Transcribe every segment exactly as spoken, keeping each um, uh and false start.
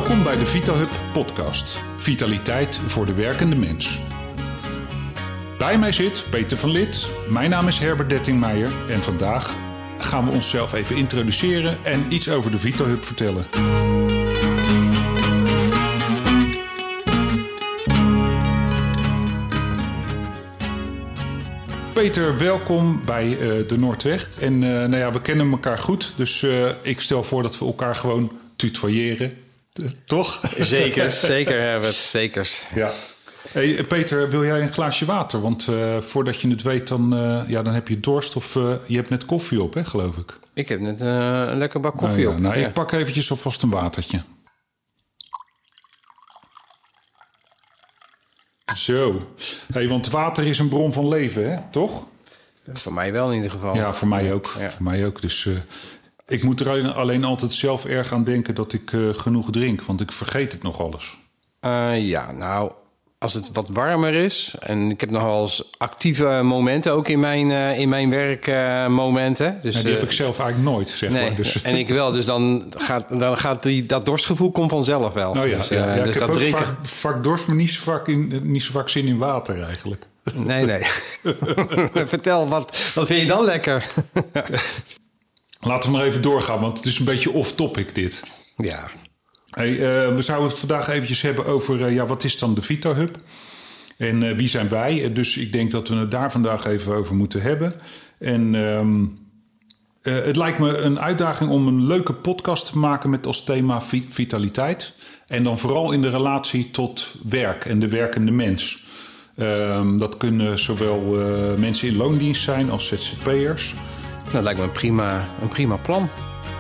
Welkom bij de VitaHub podcast. Vitaliteit voor de werkende mens. Bij mij zit Peter van Lith. Mijn naam is Herbert Dettingmeijer. En vandaag gaan we onszelf even introduceren en iets over de VitaHub vertellen. Peter, welkom bij uh, de Noordweg. En uh, nou ja, we kennen elkaar goed. Dus uh, ik stel voor dat we elkaar gewoon tutoyeren. Toch? Zeker, zeker Herbert, zeker. Ja. Hey, Peter, wil jij een glaasje water? Want uh, voordat je het weet, dan, uh, ja, dan heb je dorst of uh, je hebt net koffie op, hè, geloof ik. Ik heb net uh, een lekker bak koffie nou ja, op. Nou, ja. ik pak eventjes alvast een watertje. Zo. Hey, want water is een bron van leven, hè? Toch? Voor mij wel in ieder geval. Ja, voor mij ook. Ja. Voor mij ook. Dus uh, ik moet er alleen altijd zelf erg aan denken dat ik uh, genoeg drink. Want ik vergeet het nog alles. Uh, ja, nou, als het wat warmer is... en ik heb nog wel eens actieve momenten ook in mijn, uh, in mijn werkmomenten. Uh, dus, ja, die heb uh, ik zelf eigenlijk nooit, zeg nee, maar. Dus. En ik wel, dus dan gaat, dan gaat die, dat dorstgevoel komt vanzelf wel. Oh ja, dus, ja, uh, ja, dus ik heb dat ook drinken... vaak, vaak dorst, maar niet zo, vaak in, niet zo vaak zin in water eigenlijk. Nee, nee. Vertel, wat, wat vind je dan lekker? Laten we maar even doorgaan, want het is een beetje off-topic dit. Ja. Hey, uh, we zouden het vandaag eventjes hebben over... Uh, ja, wat is dan de VitaHub? En uh, wie zijn wij? Uh, dus ik denk dat we het daar vandaag even over moeten hebben. En um, uh, het lijkt me een uitdaging om een leuke podcast te maken... met als thema vi- vitaliteit. En dan vooral in de relatie tot werk en de werkende mens. Um, dat kunnen zowel uh, mensen in loondienst zijn als Z Z P'ers. Dat lijkt me een prima, een prima plan.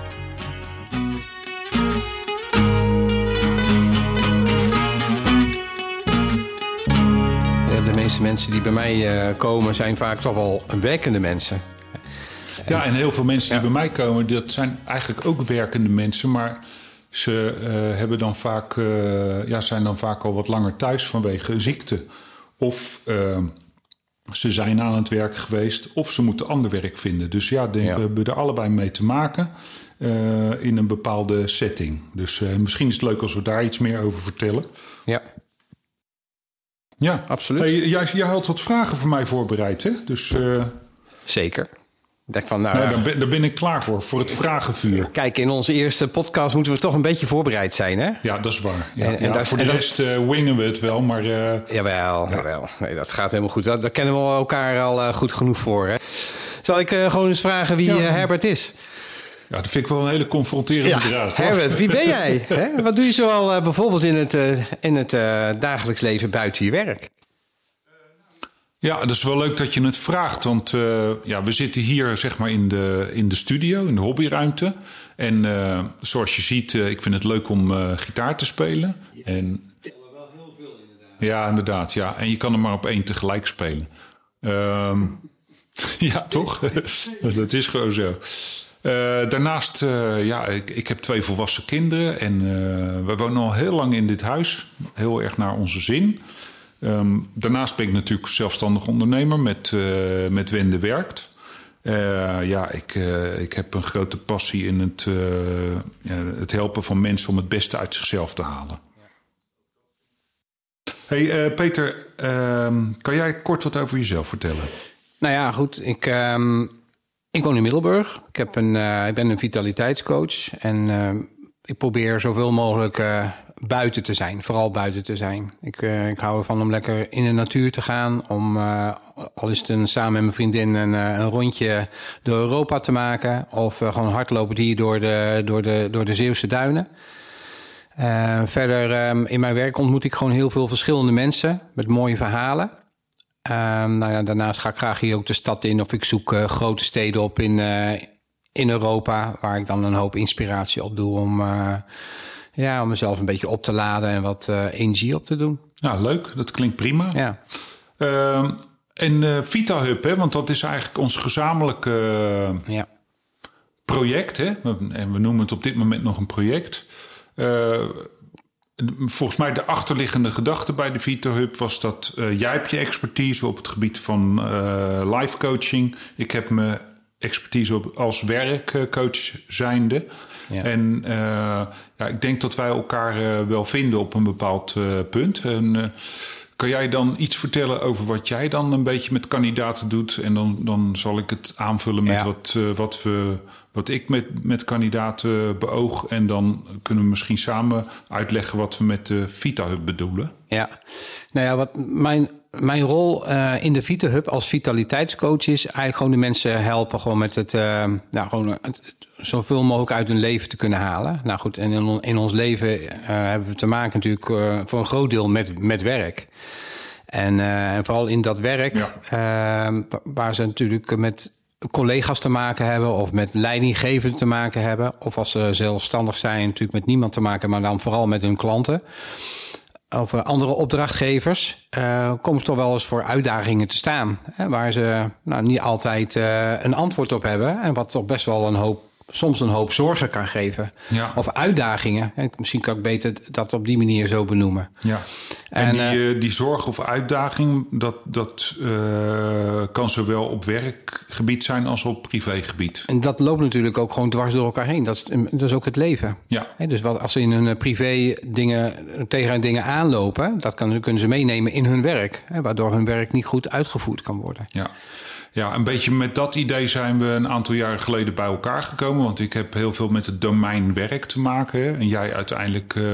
De meeste mensen die bij mij uh, komen zijn vaak toch wel werkende mensen. Ja, en heel veel mensen die ja. bij mij komen, dat zijn eigenlijk ook werkende mensen, maar ze uh, hebben dan vaak, uh, ja, zijn dan vaak al wat langer thuis vanwege ziekte. Of uh, ze zijn aan het werk geweest, of ze moeten ander werk vinden. Dus ja, denk, ja. we hebben er allebei mee te maken uh, in een bepaalde setting. Dus uh, misschien is het leuk als we daar iets meer over vertellen. Ja. Ja, absoluut. Hey, jij, jij had wat vragen voor mij voorbereid, hè? Dus, uh... Zeker. Ik denk van, nou, nou, daar, ben, daar ben ik klaar voor, voor het vragenvuur. Kijk, in onze eerste podcast moeten we toch een beetje voorbereid zijn, hè? Ja, dat is waar. Ja, en, en ja, dat, voor de en rest dat... uh, wingen we het wel, maar... Uh... Jawel, ja. jawel. Nee, dat gaat helemaal goed. Daar kennen we elkaar al uh, goed genoeg voor, hè? Zal ik uh, gewoon eens vragen wie ja. uh, Herbert is? Ja, dat vind ik wel een hele confronterende ja, vraag. Herbert, wie ben jij? Hè? Wat doe je zoal uh, bijvoorbeeld in het, uh, in het uh, dagelijks leven buiten je werk? Ja, dat is wel leuk dat je het vraagt. Want uh, ja, we zitten hier zeg maar in de, in de studio, in de hobbyruimte. En uh, zoals je ziet, uh, ik vind het leuk om uh, gitaar te spelen. Ja, en... er wel heel veel inderdaad. Ja, inderdaad. Ja. En je kan er maar op één tegelijk spelen. Um, ja, toch? Dat is gewoon zo. Uh, daarnaast, uh, ja, ik, ik heb twee volwassen kinderen. En uh, we wonen al heel lang in dit huis. Heel erg naar onze zin. Um, daarnaast ben ik natuurlijk zelfstandig ondernemer met, uh, met Wende Werkt. Uh, ja, ik, uh, ik heb een grote passie in het, uh, ja, het helpen van mensen om het beste uit zichzelf te halen. Hey uh, Peter, uh, kan jij kort wat over jezelf vertellen? Nou ja, goed. Ik, um, ik woon in Middelburg. Ik, heb een, uh, ik ben een vitaliteitscoach en uh, ik probeer zoveel mogelijk... Uh, buiten te zijn, vooral buiten te zijn. Ik, uh, ik hou ervan om lekker in de natuur te gaan. Om, uh, al is het een, samen met mijn vriendin een, een rondje door Europa te maken. Of uh, gewoon hardlopen hier door de, door de, door de Zeeuwse duinen. Uh, verder um, in mijn werk ontmoet ik gewoon heel veel verschillende mensen met mooie verhalen. Uh, nou ja, daarnaast ga ik graag hier ook de stad in. Of ik zoek uh, grote steden op in, uh, in Europa. Waar ik dan een hoop inspiratie op doe om... Uh, Ja, om mezelf een beetje op te laden en wat uh, energie op te doen. Ja, leuk. Dat klinkt prima. Ja. Uh, en uh, VitaHub, hè, want dat is eigenlijk ons gezamenlijke uh, ja. project. Hè? En we noemen het op dit moment nog een project. Uh, volgens mij de achterliggende gedachte bij de VitaHub was dat... Uh, jij hebt je expertise op het gebied van uh, life coaching. Ik heb mijn expertise op als werkcoach zijnde. Ja. En uh, ja, ik denk dat wij elkaar uh, wel vinden op een bepaald uh, punt. En uh, kan jij dan iets vertellen over wat jij dan een beetje met kandidaten doet? En dan, dan zal ik het aanvullen met ja. wat, uh, wat, we, wat ik met, met kandidaten beoog. En dan kunnen we misschien samen uitleggen wat we met de VitaHub bedoelen. Ja, nou ja, wat mijn... Mijn rol uh, in de VitaHub als vitaliteitscoach is eigenlijk gewoon de mensen helpen gewoon met het, uh, nou, gewoon het, het zoveel mogelijk uit hun leven te kunnen halen. Nou goed, en in, in ons leven uh, hebben we te maken natuurlijk uh, voor een groot deel met, met werk. En, uh, en vooral in dat werk, ja. uh, waar ze natuurlijk met collega's te maken hebben of met leidinggevenden te maken hebben. Of als ze zelfstandig zijn natuurlijk met niemand te maken, maar dan vooral met hun klanten. Of andere opdrachtgevers, uh, komen ze toch wel eens voor uitdagingen te staan. Hè, waar ze nou, niet altijd uh, een antwoord op hebben. En wat toch best wel een hoop, soms een hoop zorgen kan geven. Ja. Of uitdagingen. Misschien kan ik beter dat op die manier zo benoemen. Ja. En, en die, uh, die zorg of uitdaging, dat, dat uh, kan zowel op werkgebied zijn als op privégebied. En dat loopt natuurlijk ook gewoon dwars door elkaar heen. Dat is, dat is ook het leven. Ja. He, dus wat, als ze in hun privé dingen, tegen dingen aanlopen, dat kan, kunnen ze meenemen in hun werk. He, waardoor hun werk niet goed uitgevoerd kan worden. Ja. Ja, een beetje met dat idee zijn we een aantal jaren geleden bij elkaar gekomen. Want ik heb heel veel met het domein werk te maken. Hè. En jij uiteindelijk uh,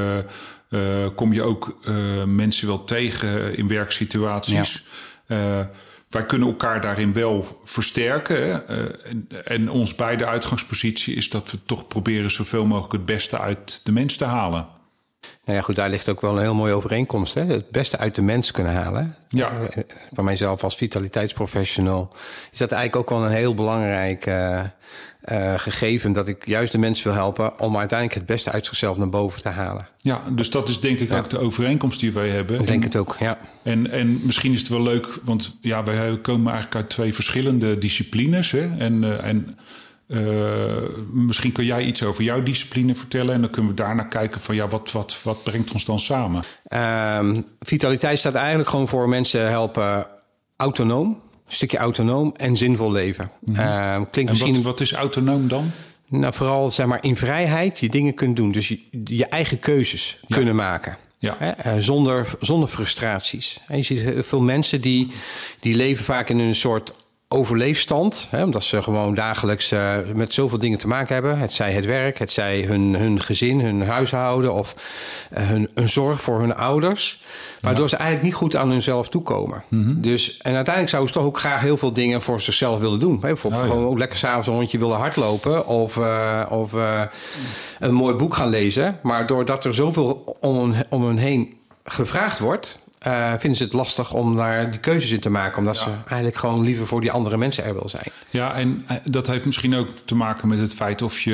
uh, kom je ook uh, mensen wel tegen in werksituaties. Ja. Uh, wij kunnen elkaar daarin wel versterken. Hè. Uh, en, en ons beide uitgangspositie is dat we toch proberen zoveel mogelijk het beste uit de mens te halen. Nou ja, goed, daar ligt ook wel een heel mooie overeenkomst. Hè? Het beste uit de mens kunnen halen. Ja. Bij mijzelf als vitaliteitsprofessional is dat eigenlijk ook wel een heel belangrijk uh, uh, gegeven. Dat ik juist de mensen wil helpen om uiteindelijk het beste uit zichzelf naar boven te halen. Ja, dus dat is denk ik ja. ook de overeenkomst die wij hebben. Ik denk en, het ook, ja. En, en misschien is het wel leuk, want ja, wij komen eigenlijk uit twee verschillende disciplines. Hè? En... Uh, en Uh, misschien kun jij iets over jouw discipline vertellen en dan kunnen we daarna kijken van ja, wat, wat, wat brengt ons dan samen? Uh, vitaliteit staat eigenlijk gewoon voor mensen helpen autonoom, een stukje autonoom en zinvol leven. Mm-hmm. Uh, klinkt en misschien... wat, wat is autonoom dan? Nou, vooral zeg maar in vrijheid je dingen kunt doen, dus je, je eigen keuzes ja. kunnen maken. Ja. Hè, uh, zonder, zonder frustraties. En je ziet veel mensen die, die leven vaak in een soort overleefstand, hè, omdat ze gewoon dagelijks uh, met zoveel dingen te maken hebben. Het zij het werk, het zij hun, hun gezin, hun huishouden of uh, hun, hun zorg voor hun ouders. Waardoor ja. ze eigenlijk niet goed aan hunzelf toekomen. Mm-hmm. Dus, en uiteindelijk zouden ze toch ook graag heel veel dingen voor zichzelf willen doen. Hè, bijvoorbeeld oh, ja. gewoon ook lekker s'avonds een rondje willen hardlopen of, uh, of uh, een mooi boek gaan lezen. Maar doordat er zoveel om, om hen heen gevraagd wordt, Uh, vinden ze het lastig om daar die keuzes in te maken. Omdat ja. ze eigenlijk gewoon liever voor die andere mensen er wil zijn. Ja, en dat heeft misschien ook te maken met het feit of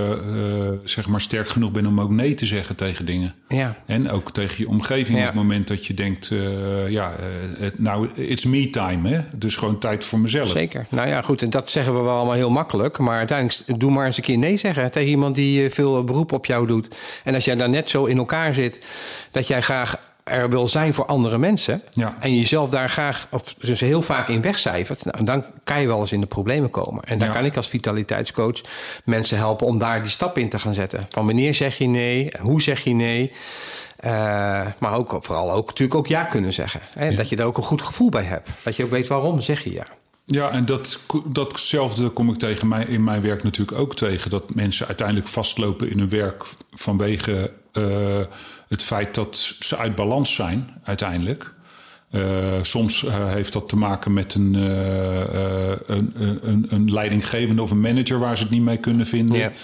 je uh, zeg maar sterk genoeg bent om ook nee te zeggen tegen dingen. Ja. En ook tegen je omgeving ja. op het moment dat je denkt, uh, ja, uh, het, nou, it's me time. Hè? Dus gewoon tijd voor mezelf. Zeker. Nou ja, goed. En dat zeggen we wel allemaal heel makkelijk. Maar uiteindelijk doe maar eens een keer nee zeggen tegen iemand die veel beroep op jou doet. En als jij daar net zo in elkaar zit, dat jij graag er wil zijn voor andere mensen. Ja. En jezelf daar graag of dus heel vaak in wegcijfert. Nou, dan kan je wel eens in de problemen komen. En daar ja. kan ik als vitaliteitscoach mensen helpen om daar die stap in te gaan zetten. Van wanneer zeg je nee? Hoe zeg je nee? Uh, maar ook vooral ook natuurlijk ook ja kunnen zeggen. Hè? Ja. Dat je daar ook een goed gevoel bij hebt. Dat je ook weet waarom zeg je ja. Ja, en dat, datzelfde kom ik tegen mij, in mijn werk natuurlijk ook tegen. Dat mensen uiteindelijk vastlopen in hun werk vanwege Uh, het feit dat ze uit balans zijn uiteindelijk. Uh, soms uh, heeft dat te maken met een, uh, uh, een, een, een leidinggevende of een manager waar ze het niet mee kunnen vinden. Ja.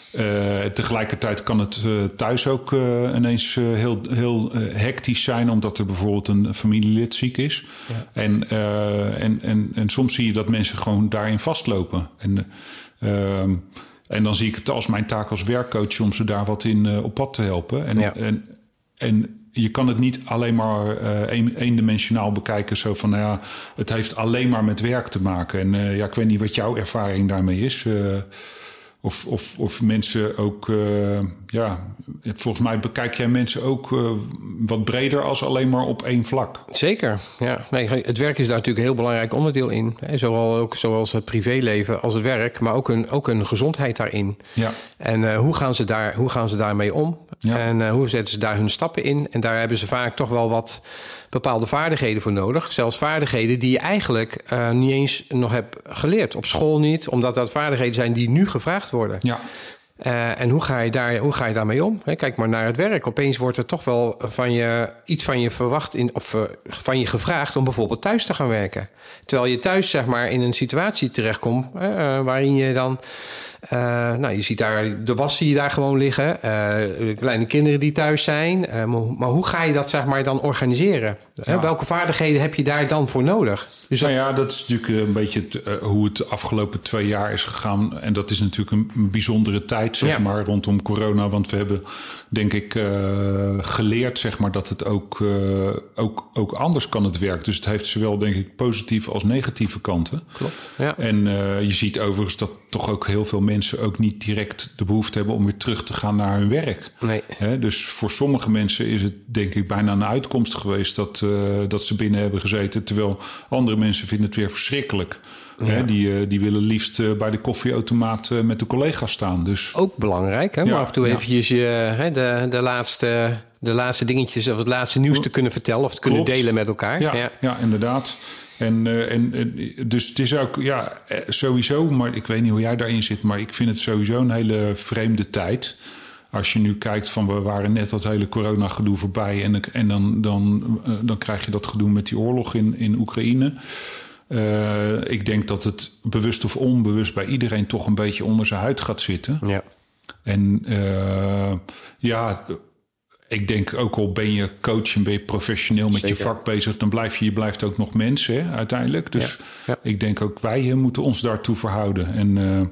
Uh, tegelijkertijd kan het uh, thuis ook uh, ineens uh, heel, heel uh, hectisch zijn, omdat er bijvoorbeeld een familielid ziek is. Ja. En, uh, en, en, en soms zie je dat mensen gewoon daarin vastlopen. En uh, En dan zie ik het als mijn taak als werkcoach om ze daar wat in uh, op pad te helpen. En, ja. en, en je kan het niet alleen maar uh, een, eendimensionaal bekijken. Zo van, nou ja, het heeft alleen maar met werk te maken. En uh, ja, ik weet niet wat jouw ervaring daarmee is. Uh, Of, of, of mensen ook, uh, ja, volgens mij bekijk jij mensen ook uh, wat breder als alleen maar op één vlak. Zeker, ja. Nee, het werk is daar natuurlijk een heel belangrijk onderdeel in. Hè? Zowel ook zoals het privéleven als het werk, maar ook een, ook een gezondheid daarin. Ja. En uh, hoe, gaan ze daar, hoe gaan ze daarmee om? Ja. En uh, hoe zetten ze daar hun stappen in? En daar hebben ze vaak toch wel wat bepaalde vaardigheden voor nodig. Zelfs vaardigheden die je eigenlijk uh, niet eens nog hebt geleerd. Op school niet, omdat dat vaardigheden zijn die nu gevraagd worden. Ja. Uh, en hoe ga, je daar, hoe ga je daarmee om? He, kijk maar naar het werk. Opeens wordt er toch wel van je, iets van je verwacht in, of uh, van je gevraagd om bijvoorbeeld thuis te gaan werken. Terwijl je thuis zeg maar in een situatie terechtkomt uh, waarin je dan, uh, nou je ziet daar de was zie je daar gewoon liggen, uh, kleine kinderen die thuis zijn. Uh, maar, maar hoe ga je dat zeg maar dan organiseren? Ja. He, welke vaardigheden heb je daar dan voor nodig? Dus nou ja, dat is natuurlijk een beetje het, uh, hoe het de afgelopen twee jaar is gegaan. En dat is natuurlijk een, een bijzondere tijd, zeg ja. maar, rondom corona. Want we hebben, denk ik, uh, geleerd, zeg maar, dat het ook, uh, ook, ook anders kan het werk. Dus het heeft zowel, denk ik, positieve als negatieve kanten. Klopt, ja. En uh, je ziet overigens dat toch ook heel veel mensen ook niet direct de behoefte hebben om weer terug te gaan naar hun werk. Nee. He, dus voor sommige mensen is het, denk ik, bijna een uitkomst geweest dat, uh, dat ze binnen hebben gezeten. Terwijl andere mensen vinden het weer verschrikkelijk. Ja. He, die, die willen liefst bij de koffieautomaat met de collega's staan. Dus ook belangrijk, hè? Ja, maar af en toe ja. eventjes je, de, de, laatste, de laatste dingetjes of het laatste nieuws te kunnen vertellen of te kunnen Klopt. delen met elkaar. Ja, ja. ja inderdaad. En, uh, en, en dus het is ook, ja, sowieso, maar ik weet niet hoe jij daarin zit, maar ik vind het sowieso een hele vreemde tijd. Als je nu kijkt van, we waren net dat hele corona-gedoe voorbij en, en dan, dan, uh, dan krijg je dat gedoe met die oorlog in, in Oekraïne. Uh, ik denk dat het bewust of onbewust bij iedereen toch een beetje onder zijn huid gaat zitten. Ja. En uh, ja, ik denk ook al ben je coach en ben je professioneel met Zeker. je vak bezig, dan blijf je, je blijft ook nog mens, hè, uiteindelijk. Dus ja. Ja. ik denk ook wij moeten ons daartoe verhouden. En uh,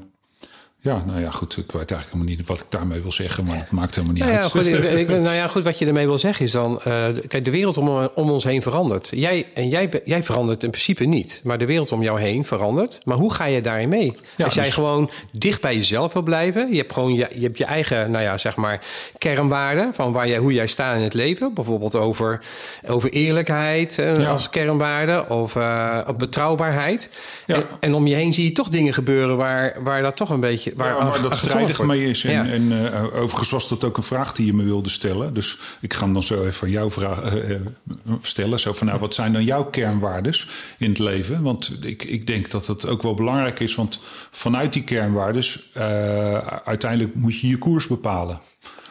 ja, nou ja, goed. Ik weet eigenlijk helemaal niet wat ik daarmee wil zeggen, maar het maakt helemaal niet nou ja, uit. Goed, ik, nou ja, goed, wat je ermee wil zeggen is dan, uh, kijk, de wereld om, om ons heen verandert. Jij, en jij, jij verandert in principe niet, maar de wereld om jou heen verandert. Maar hoe ga je daarin mee? Ja, Als jij dus gewoon dicht bij jezelf wil blijven, je hebt gewoon je, je, hebt je eigen, nou ja, zeg maar, kernwaarden van waar jij, hoe jij staat in het leven. Bijvoorbeeld over, over eerlijkheid uh, ja. als kernwaarde of uh, op betrouwbaarheid. Ja. En, en om je heen zie je toch dingen gebeuren waar, waar dat toch een beetje Waar, ja, waar dat strijdig mee is. En, ja. en uh, overigens was dat ook een vraag die je me wilde stellen. Dus ik ga hem dan zo even jouw vraag uh, stellen. Zo van, nou, wat zijn dan jouw kernwaardes in het leven? Want ik, ik denk dat het ook wel belangrijk is. Want vanuit die kernwaardes, uh, uiteindelijk moet je je koers bepalen.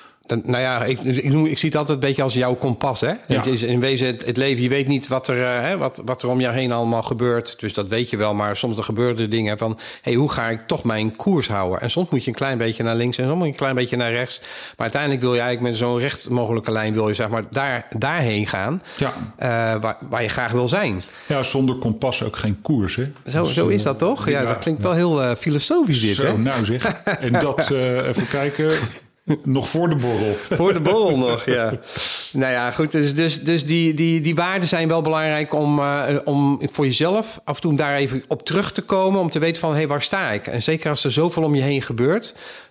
Nou ja, ik, ik, noem, ik zie het altijd een beetje als jouw kompas. Hè? Ja. Het is in wezen het, het leven. Je weet niet wat er, uh, hè, wat, wat er om jou heen allemaal gebeurt. Dus dat weet je wel. Maar soms er gebeuren er dingen van, hey, hoe ga ik toch mijn koers houden? En soms moet je een klein beetje naar links en soms moet je een klein beetje naar rechts. Maar uiteindelijk wil je eigenlijk met zo'n recht mogelijke lijn, wil je zeg maar daar, daarheen gaan. Ja. Uh, waar, waar je graag wil zijn. Ja, zonder kompas ook geen koers. Hè? Zo, dus, zo is dat toch? Ja, ja dat klinkt wel heel uh, filosofisch dit. Zo, hè? Nou zeg. En dat, uh, even kijken. Nog voor de borrel. Voor de borrel nog, ja. Nou ja, goed. Dus, dus, dus die, die, die waarden zijn wel belangrijk om, uh, om voor jezelf af en toe daar even op terug te komen. Om te weten van, hé, hey, waar sta ik? En zeker als er zoveel om je heen gebeurt.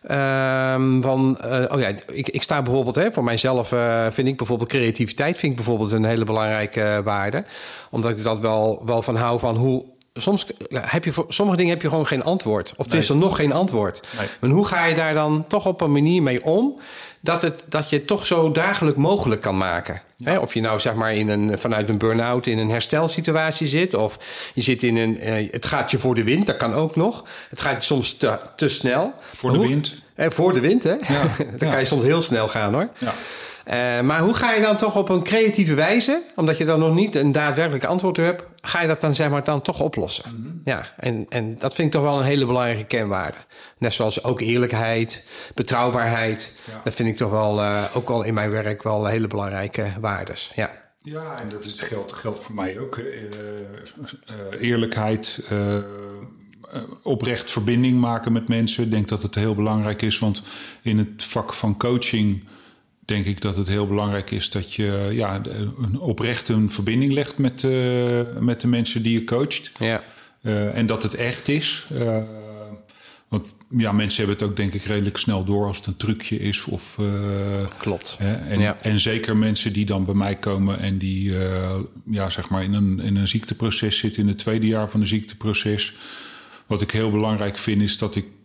Uh, van, uh, oh ja, ik, ik sta bijvoorbeeld, hè, voor mijzelf uh, vind ik bijvoorbeeld creativiteit vind ik bijvoorbeeld een hele belangrijke uh, waarde. Omdat ik dat wel, wel van hou van hoe... Soms heb je voor sommige dingen heb je gewoon geen antwoord. Of er is er nog geen antwoord. Nee. Maar hoe ga je daar dan toch op een manier mee om... dat, het, dat je het toch zo draaglijk mogelijk kan maken? Ja. He, of je nou zeg maar in een, vanuit een burn-out in een herstelsituatie zit... of je zit in een... Uh, het gaat je voor de wind, dat kan ook nog. Het gaat je soms te, te snel. Voor de hoe, wind. Eh, voor de wind, hè? Ja. dan ja. kan je soms heel snel gaan, hoor. Ja. Uh, maar hoe ga je dan toch op een creatieve wijze... omdat je dan nog niet een daadwerkelijk antwoord hebt... ga je dat dan zeg maar dan toch oplossen? Mm-hmm. Ja, en, en dat vind ik toch wel een hele belangrijke kernwaarde. Net zoals ook eerlijkheid, betrouwbaarheid. Ja. Dat vind ik toch wel, uh, ook al in mijn werk... wel hele belangrijke waardes, ja. Ja, en dat is, geldt, geldt voor mij ook. Uh, uh, eerlijkheid... Uh, oprecht verbinding maken met mensen. Ik denk dat het heel belangrijk is... want in het vak van coaching... denk ik dat het heel belangrijk is dat je ja, een oprecht een verbinding legt met, uh, met de mensen die je coacht. Ja. Uh, en dat het echt is. Uh, want ja, mensen hebben het ook denk ik redelijk snel door als het een trucje is. Of, uh, Klopt. Hè, en, ja. en zeker mensen die dan bij mij komen en die uh, ja, zeg maar in een, in een ziekteproces zitten, in het tweede jaar van een ziekteproces. Wat ik heel belangrijk vind is dat ik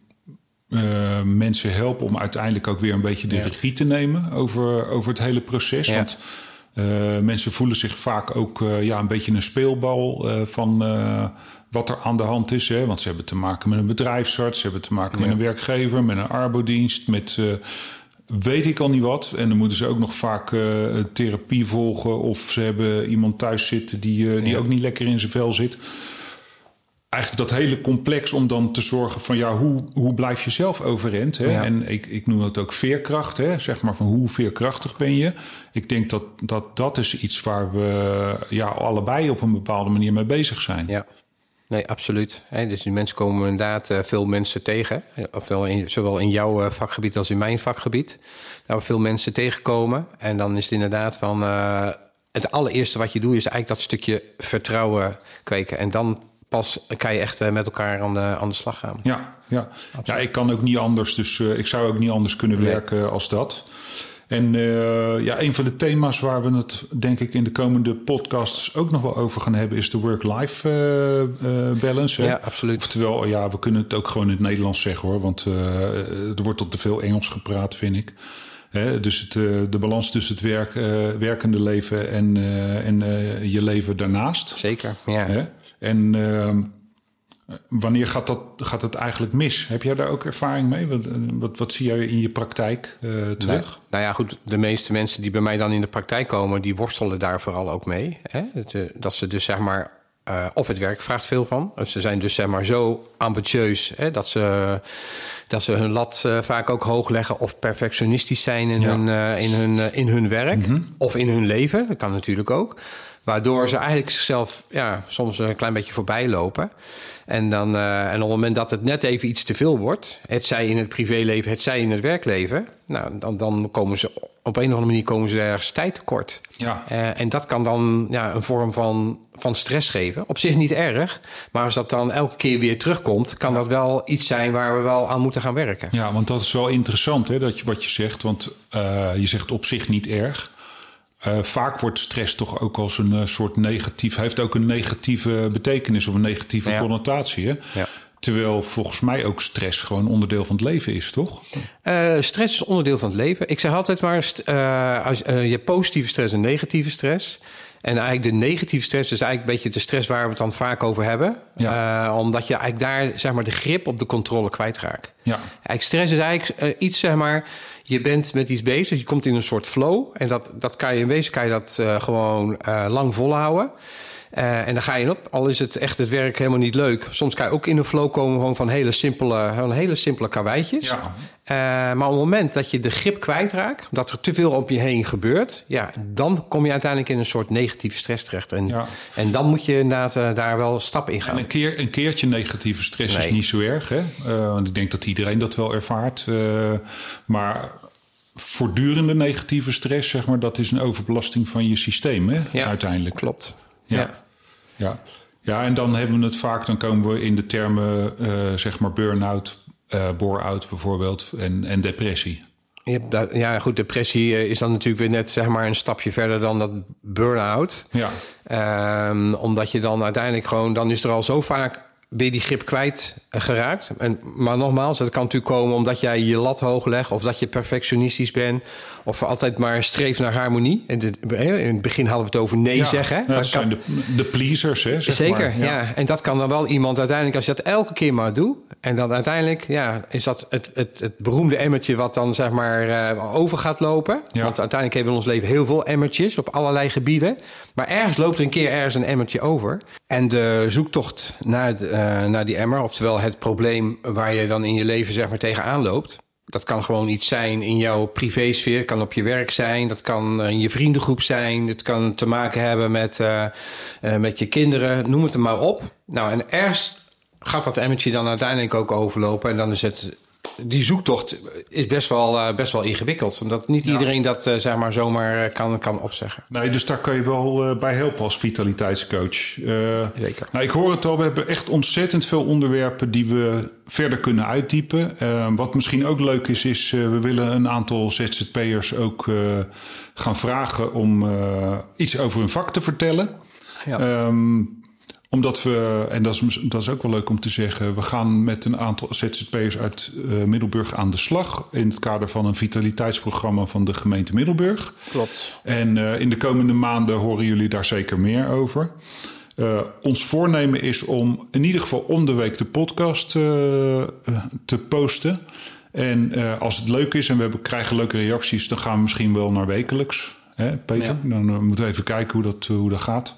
uh, mensen help om uiteindelijk ook weer een beetje de ja. regie te nemen over, over het hele proces. Ja. Want uh, mensen voelen zich vaak ook uh, ja, een beetje een speelbal uh, van uh, wat er aan de hand is. Hè? Want ze hebben te maken met een bedrijfsarts, ze hebben te maken ja. met een werkgever, met een arbodienst, met uh, weet ik al niet wat. En dan moeten ze ook nog vaak uh, therapie volgen of ze hebben iemand thuis zitten die, uh, die ja. ook niet lekker in zijn vel zit. Eigenlijk dat hele complex om dan te zorgen van ja, hoe, hoe blijf je zelf overeind? Hè? Ja. En ik, ik noem dat ook veerkracht, hè? Zeg maar van hoe veerkrachtig ben je? Ik denk dat dat, dat is iets waar we ja, allebei op een bepaalde manier mee bezig zijn. Ja, nee, absoluut. He, dus die mensen komen inderdaad uh, veel mensen tegen. Ofwel in, zowel in jouw uh, vakgebied als in mijn vakgebied. Daar we veel mensen tegenkomen. En dan is het inderdaad van uh, het allereerste wat je doet is eigenlijk dat stukje vertrouwen kweken. En dan pas kan je echt met elkaar aan de, aan de slag gaan. Ja, ja. ja, ik kan ook niet anders. Dus uh, ik zou ook niet anders kunnen nee. werken als dat. En uh, ja, een van de thema's waar we het denk ik in de komende podcasts ook nog wel over gaan hebben is de work-life uh, uh, balance. Hè? Ja, absoluut. Oftewel, ja, we kunnen het ook gewoon in het Nederlands zeggen hoor. Want uh, er wordt tot te veel Engels gepraat, vind ik. He, dus het, uh, de balans tussen het werk, uh, werkende leven en, uh, en uh, je leven daarnaast. Zeker, ja. He? En uh, wanneer gaat dat, gaat dat eigenlijk mis? Heb jij daar ook ervaring mee? Wat, wat, wat zie jij in je praktijk uh, terug? Nou, nou ja, goed. De meeste mensen die bij mij dan in de praktijk komen, die worstelen daar vooral ook mee. Hè? Dat, dat ze dus zeg maar, uh, of het werk vraagt veel van. Of ze zijn dus zeg maar zo ambitieus hè, dat ze dat ze hun lat uh, vaak ook hoog leggen of perfectionistisch zijn in, ja. hun, uh, in, hun, uh, in hun werk mm-hmm. of in hun leven. Dat kan natuurlijk ook. Waardoor ze eigenlijk zichzelf ja, soms een klein beetje voorbij lopen. En, dan, uh, en op het moment dat het net even iets te veel wordt, het zij in het privéleven, het zij in het werkleven, nou, dan, dan komen ze op een of andere manier komen ze ergens tijd tekort. Ja. Uh, en dat kan dan ja, een vorm van, van stress geven. Op zich niet erg, maar als dat dan elke keer weer terugkomt, kan dat wel iets zijn waar we wel aan moeten gaan werken. Ja, want dat is wel interessant hè, dat je, wat je zegt. Want uh, je zegt op zich niet erg. Uh, vaak wordt stress toch ook als een uh, soort negatief, heeft ook een negatieve betekenis of een negatieve ja. connotatie. Hè? Ja. Terwijl volgens mij ook stress gewoon onderdeel van het leven is, toch? Uh, stress is onderdeel van het leven. Ik zeg altijd maar, uh, als, uh, je hebt positieve stress en negatieve stress. En eigenlijk de negatieve stress is eigenlijk een beetje de stress waar we het dan vaak over hebben. Ja. Uh, omdat je eigenlijk daar zeg maar de grip op de controle kwijtraakt. Ja. Eigenlijk stress is eigenlijk uh, iets zeg maar, je bent met iets bezig, je komt in een soort flow. En dat, dat kan je in wezen kan je dat uh, gewoon uh, lang volhouden. Uh, en dan ga je op, al is het echt het werk helemaal niet leuk. Soms kan je ook in een flow komen gewoon van hele simpele, gewoon hele simpele karweitjes. Ja. Uh, maar op het moment dat je de grip kwijtraakt, dat er te veel op je heen gebeurt, ja, dan kom je uiteindelijk in een soort negatieve stress terecht. En, ja. en dan moet je inderdaad uh, daar wel stappen in gaan. En een, keer, een keertje negatieve stress nee. is niet zo erg, hè? Uh, want ik denk dat iedereen dat wel ervaart. Uh, maar voortdurende negatieve stress, zeg maar, dat is een overbelasting van je systeem, hè? Ja, uiteindelijk. Klopt. Ja. Ja. Ja. ja, en dan hebben we het vaak, dan komen we in de termen, uh, zeg maar, burn-out, uh, bore-out bijvoorbeeld en, en depressie. Ja, goed, depressie is dan natuurlijk weer net zeg maar een stapje verder dan dat burn-out. Ja. Um, omdat je dan uiteindelijk gewoon, dan is er al zo vaak ben je die grip kwijt geraakt. En, maar nogmaals, dat kan natuurlijk komen omdat jij je lat hoog legt, of dat je perfectionistisch bent, of altijd maar streeft naar harmonie. En de, in het begin hadden we het over nee ja, zeggen. Ja, dat, dat zijn kan, de, de pleasers, hè? Zeg zeker, maar. Ja. ja. En dat kan dan wel iemand uiteindelijk, als je dat elke keer maar doet, en dan uiteindelijk, ja, is dat het, het, het beroemde emmertje wat dan zeg maar uh, over gaat lopen. Ja. Want uiteindelijk hebben we in ons leven heel veel emmertjes op allerlei gebieden. Maar ergens loopt er een keer ergens een emmertje over. En de zoektocht naar, de, uh, naar die emmer, oftewel het probleem waar je dan in je leven zeg maar tegenaan loopt. Dat kan gewoon iets zijn in jouw privésfeer. Het kan op je werk zijn. Dat kan in je vriendengroep zijn. Het kan te maken hebben met, uh, uh, met je kinderen. Noem het er maar op. Nou, en ergens gaat dat emmertje dan uiteindelijk ook overlopen. En dan is het die zoektocht is best wel, uh, best wel ingewikkeld. Omdat niet ja. iedereen dat uh, zeg maar zomaar kan, kan opzeggen. Nee, dus daar kan je wel uh, bij helpen als vitaliteitscoach. Uh, Zeker. Nou, ik hoor het al, we hebben echt ontzettend veel onderwerpen die we verder kunnen uitdiepen. Uh, wat misschien ook leuk is, is uh, we willen een aantal Z Z P'ers ook uh, gaan vragen om uh, iets over hun vak te vertellen. Ja. Um, omdat we, en dat is, dat is ook wel leuk om te zeggen, we gaan met een aantal Z Z P'ers uit uh, Middelburg aan de slag in het kader van een vitaliteitsprogramma van de gemeente Middelburg. Klopt. En uh, in de komende maanden horen jullie daar zeker meer over. Uh, ons voornemen is om in ieder geval om de week de podcast uh, uh, te posten. En uh, als het leuk is en we hebben, krijgen leuke reacties, dan gaan we misschien wel naar wekelijks. Hè, Peter? Ja. Dan uh, moeten we even kijken hoe dat, uh, hoe dat gaat.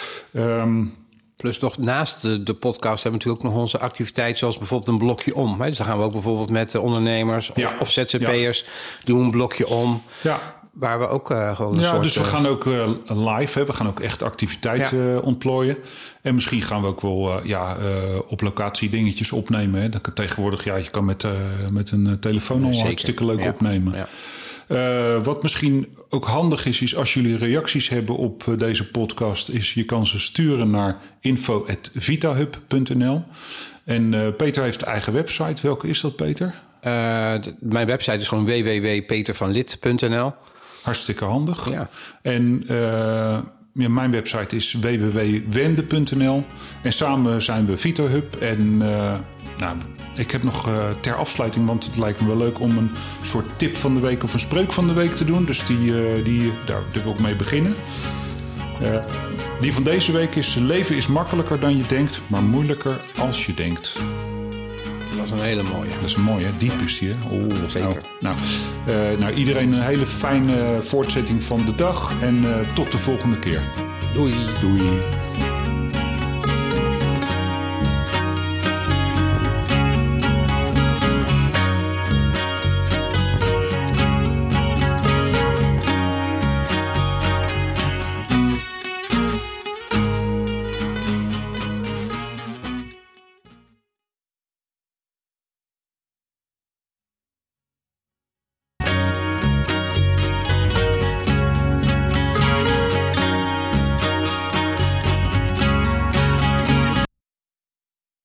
Um, Plus nog naast de, de podcast hebben we natuurlijk ook nog onze activiteit, zoals bijvoorbeeld een blokje om. Hè? Dus dan gaan we ook bijvoorbeeld met ondernemers of, ja. of Z Z P'ers ja. doen een blokje om. Ja. Waar we ook uh, gewoon een ja, soort... dus we gaan ook uh, live, hè? We gaan ook echt activiteit ja. uh, ontplooien. En misschien gaan we ook wel uh, ja, uh, op locatie dingetjes opnemen. Hè? Dat tegenwoordig, ja, je kan met, uh, met een uh, telefoon al hartstikke leuk ja. opnemen. Ja. Uh, wat misschien ook handig is, is als jullie reacties hebben op uh, deze podcast, is je kan ze sturen naar info at vitahub punt n l. En uh, Peter heeft een eigen website. Welke is dat, Peter? Uh, d- mijn website is gewoon w w w punt peter van lid punt n l. Hartstikke handig. Ja. En uh, ja, mijn website is w w w punt wende punt n l. En samen zijn we VitaHub. En uh, nou, ik heb nog uh, ter afsluiting, want het lijkt me wel leuk om een soort tip van de week of een spreuk van de week te doen. Dus die, uh, die, daar, daar wil ik mee beginnen. Uh, die van deze week is: leven is makkelijker dan je denkt, maar moeilijker als je denkt. Dat is een hele mooie. Dat is een mooie, hè? Diep is die, hè? Oh, zeker. Nou, nou, uh, nou, iedereen een hele fijne voortzetting van de dag. En uh, tot de volgende keer. Doei. Doei.